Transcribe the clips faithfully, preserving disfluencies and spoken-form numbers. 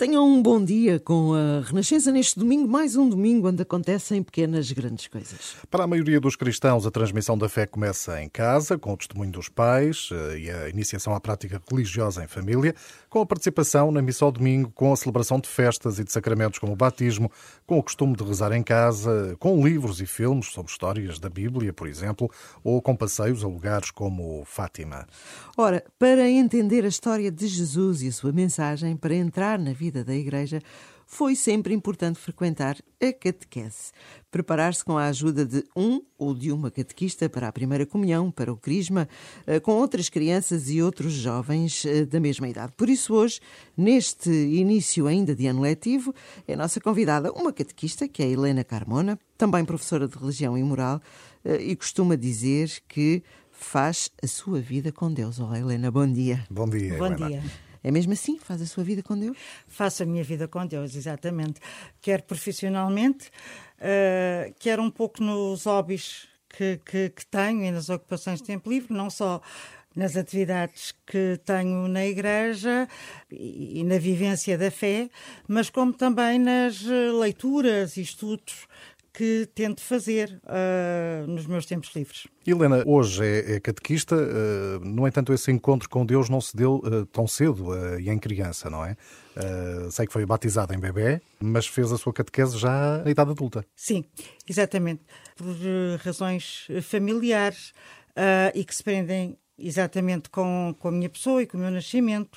Tenham um bom dia com a Renascença neste domingo, mais um domingo onde acontecem pequenas grandes coisas. Para a maioria dos cristãos, a transmissão da fé começa em casa, com o testemunho dos pais e a iniciação à prática religiosa em família, com a participação na missa ao domingo, com a celebração de festas e de sacramentos como o batismo, com o costume de rezar em casa, com livros e filmes sobre histórias da Bíblia, por exemplo, ou com passeios a lugares como Fátima. Ora, para entender a história de Jesus e a sua mensagem, para entrar na vida da Igreja, foi sempre importante frequentar a catequese. Preparar-se com a ajuda de um ou de uma catequista para a primeira comunhão, para o crisma, com outras crianças e outros jovens da mesma idade. Por isso hoje, neste início ainda de ano letivo, é a nossa convidada uma catequista, que é a Helena Carmona, também professora de religião e moral, e costuma dizer que faz a sua vida com Deus. Olá, Helena, bom dia. Bom dia, Bom Helena. dia. É mesmo assim? Faz a sua vida com Deus? Faço a minha vida com Deus, exatamente. Quer profissionalmente, uh, quer um pouco nos hobbies que, que, que tenho e nas ocupações de tempo livre, não só nas atividades que tenho na Igreja e, e na vivência da fé, mas como também nas leituras e estudos que tento fazer uh, nos meus tempos livres. Helena, hoje é, é catequista, uh, no entanto esse encontro com Deus não se deu uh, tão cedo uh, e em criança, não é? Uh, sei que foi batizada em bebé, mas fez a sua catequese já na idade adulta. Sim, exatamente. Por uh, razões familiares uh, e que se prendem exatamente com, com a minha pessoa e com o meu nascimento,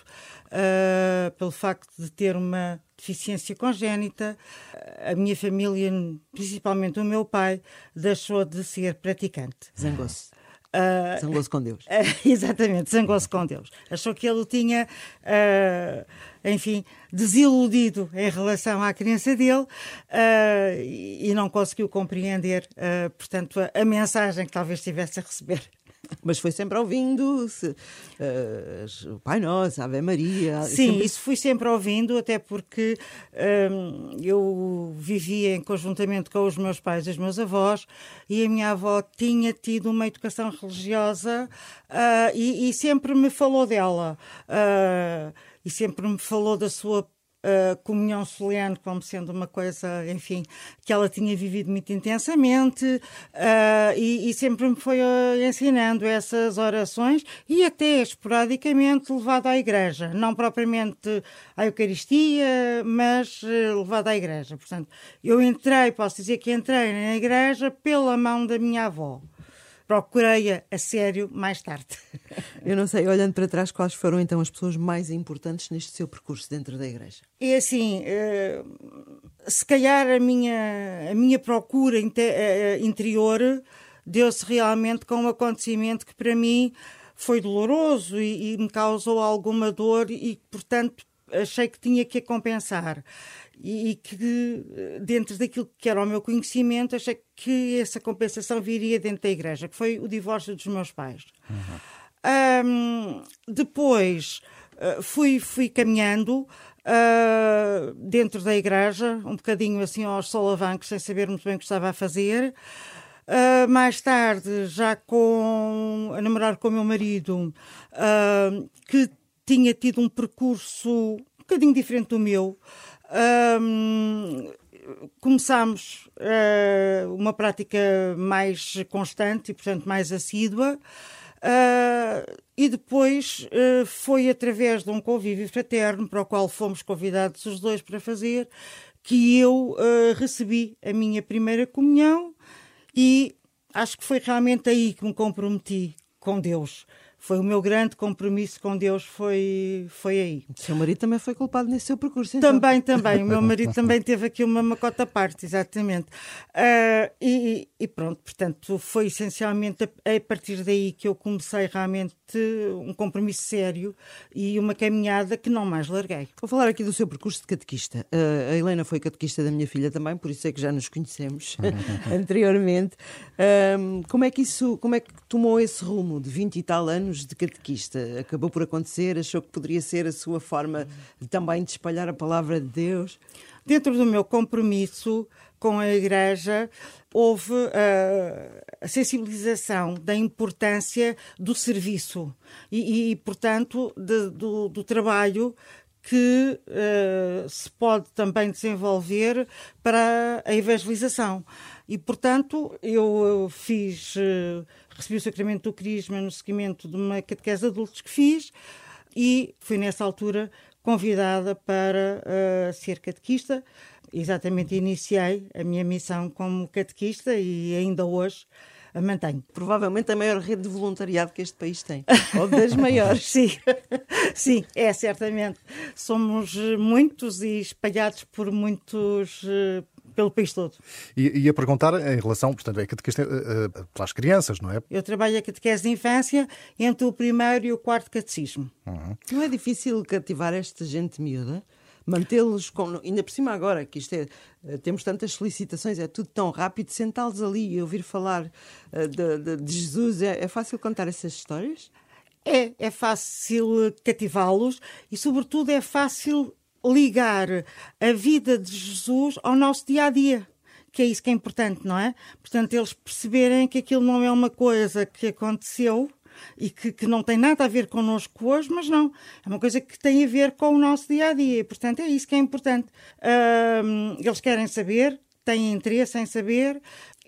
uh, pelo facto de ter uma deficiência congénita, a minha família, principalmente o meu pai, deixou de ser praticante. Zangou-se. Uh, Zangou-se com Deus. Uh, exatamente, zangou-se com Deus. Achou que ele o tinha, uh, enfim, desiludido em relação à crença dele uh, e, e não conseguiu compreender, uh, portanto, a, a mensagem que talvez estivesse a receber. Mas foi sempre ouvindo se, uh, o Pai Nosso, a Ave Maria. Sim, sempre... isso fui sempre ouvindo, até porque um, eu vivia em conjuntamente com os meus pais e os meus avós, e a minha avó tinha tido uma educação religiosa uh, e, e sempre me falou dela. Uh, e sempre me falou da sua Uh, comunhão solene como sendo uma coisa, enfim, que ela tinha vivido muito intensamente uh, e, e sempre me foi uh, ensinando essas orações e até esporadicamente levado à igreja, não propriamente à Eucaristia, mas uh, levado à igreja. Portanto, eu entrei, posso dizer que entrei na igreja pela mão da minha avó. Procurei-a a sério mais tarde. Eu não sei, olhando para trás, quais foram então as pessoas mais importantes neste seu percurso dentro da Igreja? É assim, se calhar a minha, a minha procura interior deu-se realmente com um acontecimento que para mim foi doloroso e, e me causou alguma dor e, portanto, achei que tinha que a compensar. E que, dentro daquilo que era o meu conhecimento, achei que essa compensação viria dentro da Igreja, que foi o divórcio dos meus pais. Uhum. Um, depois uh, fui, fui caminhando uh, dentro da Igreja, um bocadinho assim aos solavancos, sem saber muito bem o que estava a fazer. Uh, mais tarde, já com, a namorar com o meu marido, uh, que tinha tido um percurso um bocadinho diferente do meu. Um, começámos uh, uma prática mais constante e, portanto, mais assídua, uh, e depois uh, foi através de um convívio fraterno para o qual fomos convidados os dois para fazer, que eu uh, recebi a minha primeira comunhão e acho que foi realmente aí que me comprometi com Deus. Foi o meu grande compromisso com Deus, foi, foi aí. O seu marido também foi culpado nesse seu percurso, então? Também, também. O meu marido também teve aqui uma macota à parte, exatamente. Uh, e, e pronto, portanto, foi essencialmente a, a partir daí que eu comecei realmente um compromisso sério e uma caminhada que não mais larguei. Vou falar aqui do seu percurso de catequista. Uh, a Helena foi catequista da minha filha também, por isso é que já nos conhecemos anteriormente. Uh, como é que isso, como é que tomou esse rumo de vinte e tal anos de catequista? Acabou por acontecer? Achou que poderia ser a sua forma de, também de espalhar a palavra de Deus? Dentro do meu compromisso com a Igreja, houve uh, a sensibilização da importância do serviço e, e portanto, de, do, do trabalho que uh, se pode também desenvolver para a evangelização. E, portanto, eu fiz, uh, recebi o sacramento do Crisma no seguimento de uma catequese de adultos que fiz e fui, nessa altura, convidada para uh, ser catequista. Exatamente, iniciei a minha missão como catequista e ainda hoje a mantenho. Provavelmente a maior rede de voluntariado que este país tem, ou das maiores. Sim, sim, é certamente. Somos muitos e espalhados por muitos, pelo país todo. E ia perguntar em relação, portanto, é catequista uh, uh, para as crianças, não é? Eu trabalho a catequese de infância entre o primeiro e o quarto catecismo. Uhum. Não é difícil cativar esta gente miúda? Mantê-los, com, ainda por cima agora, que isto é, temos tantas solicitações, é tudo tão rápido, sentá-los ali e ouvir falar uh, de, de, de Jesus, é, é fácil contar essas histórias? É, é fácil cativá-los e, sobretudo, é fácil ligar a vida de Jesus ao nosso dia-a-dia, que é isso que é importante, não é? Portanto, eles perceberem que aquilo não é uma coisa que aconteceu e que, que não tem nada a ver connosco hoje, mas não. É uma coisa que tem a ver com o nosso dia-a-dia. Portanto, é isso que é importante. Um, eles querem saber, têm interesse em saber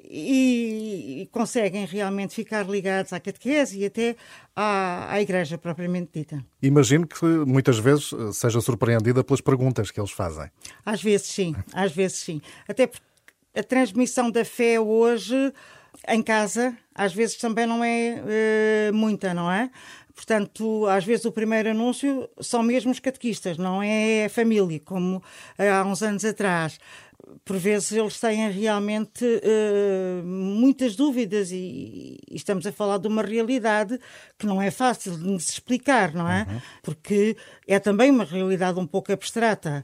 e, e conseguem realmente ficar ligados à catequese e até à, à Igreja propriamente dita. Imagino que muitas vezes seja surpreendida pelas perguntas que eles fazem. Às vezes sim, às vezes sim. Até porque a transmissão da fé hoje em casa, às vezes também não é uh, muita, não é? Portanto, às vezes o primeiro anúncio são mesmo os catequistas, não é a família, como há uns anos atrás. Por vezes eles têm realmente uh, muitas dúvidas e, e estamos a falar de uma realidade que não é fácil de se explicar, não é? Uhum. Porque é também uma realidade um pouco abstrata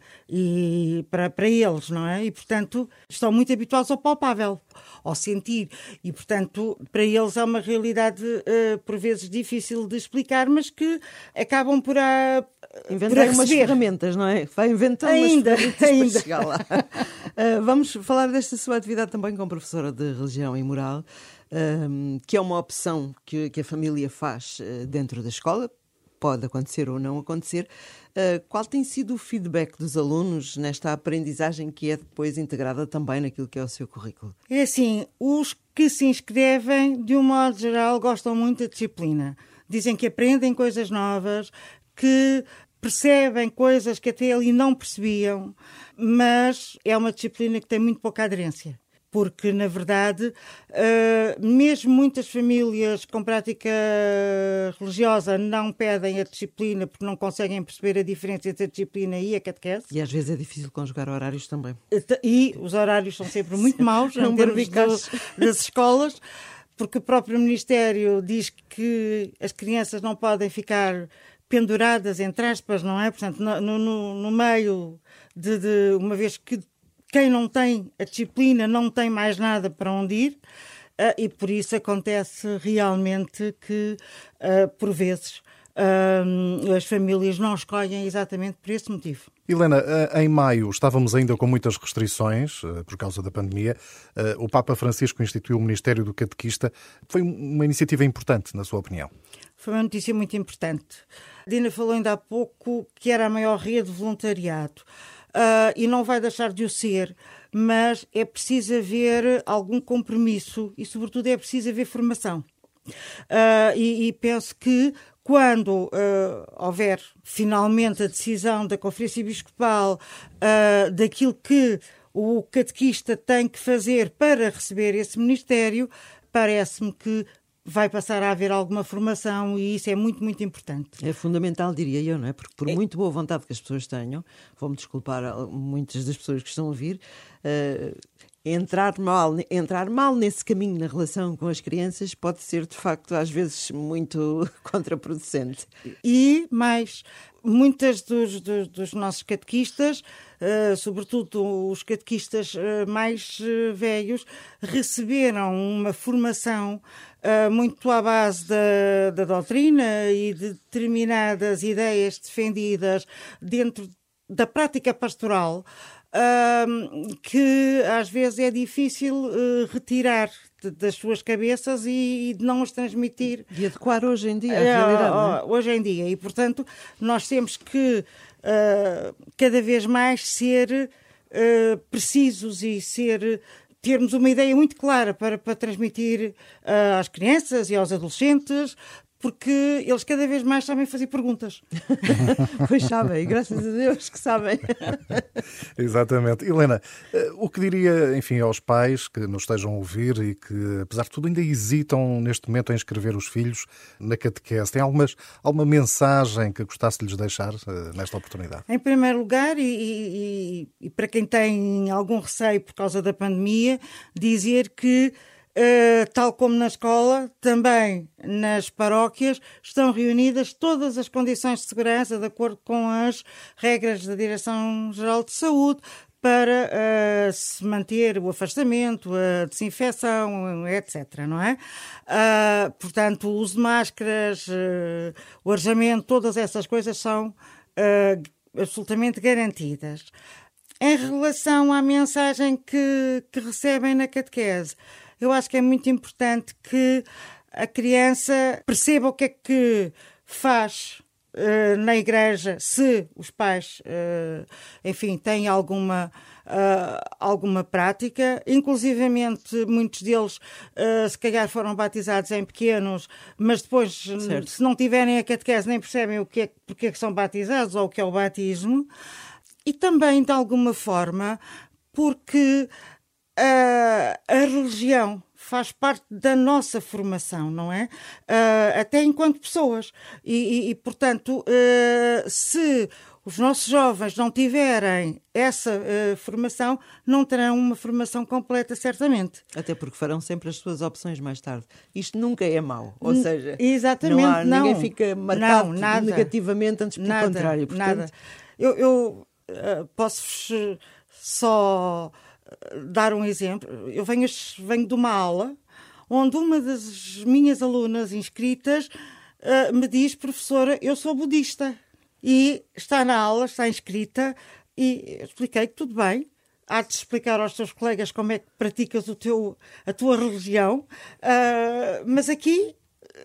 e para, para eles, não é? E, portanto, estão muito habituados ao palpável, ao sentir. E, portanto, para eles é uma realidade uh, por vezes difícil de explicar, mas que acabam por a... Inventar umas ferramentas, não é? Vai inventando ainda, umas ferramentas ainda. para chegar lá. Uh, vamos falar desta sua atividade também como professora de religião e moral, uh, que é uma opção que, que a família faz uh, dentro da escola, pode acontecer ou não acontecer. Uh, qual tem sido o feedback dos alunos nesta aprendizagem que é depois integrada também naquilo que é o seu currículo? É assim, os que se inscrevem, de um modo geral, gostam muito da disciplina. Dizem que aprendem coisas novas, que percebem coisas que até ali não percebiam, mas é uma disciplina que tem muito pouca aderência. Porque, na verdade, uh, mesmo muitas famílias com prática religiosa não pedem a disciplina porque não conseguem perceber a diferença entre a disciplina e a catequese. E às vezes é difícil conjugar horários também. E os horários são sempre muito maus em termos do, das escolas, porque o próprio Ministério diz que as crianças não podem ficar penduradas, entre aspas, não é? Portanto, no, no, no meio de, de... Uma vez que quem não tem a disciplina não tem mais nada para onde ir, uh, e por isso acontece realmente que, uh, por vezes, uh, as famílias não escolhem exatamente por esse motivo. Helena, em maio estávamos ainda com muitas restrições por causa da pandemia. O Papa Francisco instituiu o Ministério do Catequista. Foi uma iniciativa importante, na sua opinião? Foi uma notícia muito importante. A Dina falou ainda há pouco que era a maior rede de voluntariado. Uh, e não vai deixar de o ser, mas é preciso haver algum compromisso e, sobretudo, é preciso haver formação. Uh, e, e penso que quando uh, houver finalmente a decisão da Conferência Episcopal uh, daquilo que o catequista tem que fazer para receber esse ministério, parece-me que vai passar a haver alguma formação e isso é muito, muito importante. É fundamental, diria eu, não é? Porque por é. muito boa vontade que as pessoas tenham, vou-me desculpar muitas das pessoas que estão a ouvir, uh, entrar mal, entrar mal nesse caminho na relação com as crianças pode ser, de facto, às vezes muito contraproducente. E mais, muitas dos, dos, dos nossos catequistas, uh, sobretudo os catequistas uh, mais uh, velhos, receberam uma formação uh, muito à base da, da doutrina e de determinadas ideias defendidas dentro da prática pastoral, uh, que às vezes é difícil uh, retirar de, das suas cabeças e, e de não as transmitir. E adequar hoje em dia à realidade, não é? Hoje em dia. E, portanto, nós temos que uh, cada vez mais ser uh, precisos e ser... termos uma ideia muito clara para, para transmitir uh, às crianças e aos adolescentes, porque eles cada vez mais sabem fazer perguntas. Pois sabem, graças a Deus que sabem. Exatamente. Helena, o que diria, enfim, aos pais que nos estejam a ouvir e que, apesar de tudo, ainda hesitam neste momento em inscrever os filhos na catequese? Tem algumas, alguma mensagem que gostasse de lhes deixar uh, nesta oportunidade? Em primeiro lugar, e, e, e para quem tem algum receio por causa da pandemia, dizer que Uh, tal como na escola, também nas paróquias estão reunidas todas as condições de segurança de acordo com as regras da Direção-Geral de Saúde para uh, se manter o afastamento, a desinfecção, etcétera, não é? Uh, portanto, o uso de máscaras, uh, o arejamento, todas essas coisas são uh, absolutamente garantidas. Em relação à mensagem que, que recebem na catequese, eu acho que é muito importante que a criança perceba o que é que faz uh, na igreja, se os pais, uh, enfim, têm alguma, uh, alguma prática. Inclusivamente, muitos deles, uh, se calhar, foram batizados em pequenos, mas depois, certo, se não tiverem a catequese, nem percebem o que é, porque é que são batizados ou o que é o batismo. E também, de alguma forma, porque Uh, a religião faz parte da nossa formação, não é? Uh, até enquanto pessoas. E, e, e portanto, uh, se os nossos jovens não tiverem essa uh, formação, não terão uma formação completa, certamente. Até porque farão sempre as suas opções mais tarde. Isto nunca é mau. Ou seja, exatamente, não há, não. ninguém fica marcado não, nada, negativamente, antes pelo nada, contrário. Portanto... Nada. Eu, eu uh, posso-vos só dar um exemplo. Eu venho, venho de uma aula onde uma das minhas alunas inscritas uh, me diz: professora, eu sou budista. E está na aula, está inscrita, e eu expliquei que tudo bem, há de explicar aos teus colegas como é que praticas o teu, a tua religião, uh, mas aqui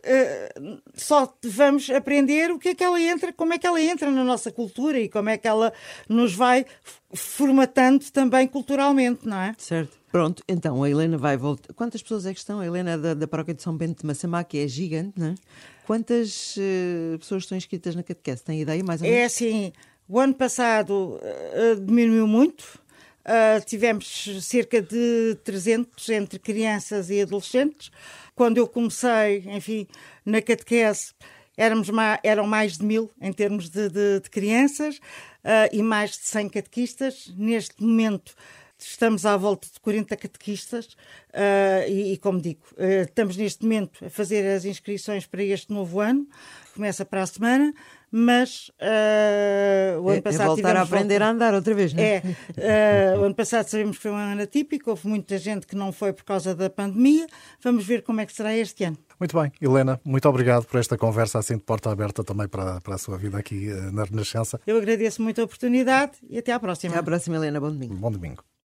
Uh, só vamos aprender o que é que ela entra, como é que ela entra na nossa cultura e como é que ela nos vai formatando também culturalmente, não é? Certo. Pronto, então a Helena vai voltar. Quantas pessoas é que estão? A Helena é da, da paróquia de São Bento de Massamá, que é gigante, não é? Quantas uh, pessoas estão inscritas na catequese? Tem ideia mais ou menos? É assim, o ano passado uh, diminuiu muito. Uh, tivemos cerca de trezentos entre crianças e adolescentes. Quando eu comecei, enfim, na catequese, éramos mais, eram mais de mil em termos de, de, de crianças uh, e mais de cem catequistas. Neste momento estamos à volta de quarenta catequistas uh, e, e, como digo, uh, estamos neste momento a fazer as inscrições para este novo ano. Começa para a semana, mas uh, o ano é, passado... É voltar a aprender volta... a andar outra vez, não é? É. Uh, o ano passado sabemos que foi um ano atípico, houve muita gente que não foi por causa da pandemia. Vamos ver como é que será este ano. Muito bem. Helena, muito obrigado por esta conversa assim de porta aberta também para, para a sua vida aqui uh, na Renascença. Eu agradeço muito a oportunidade e até à próxima. Até à próxima, Helena. Bom domingo. Bom domingo.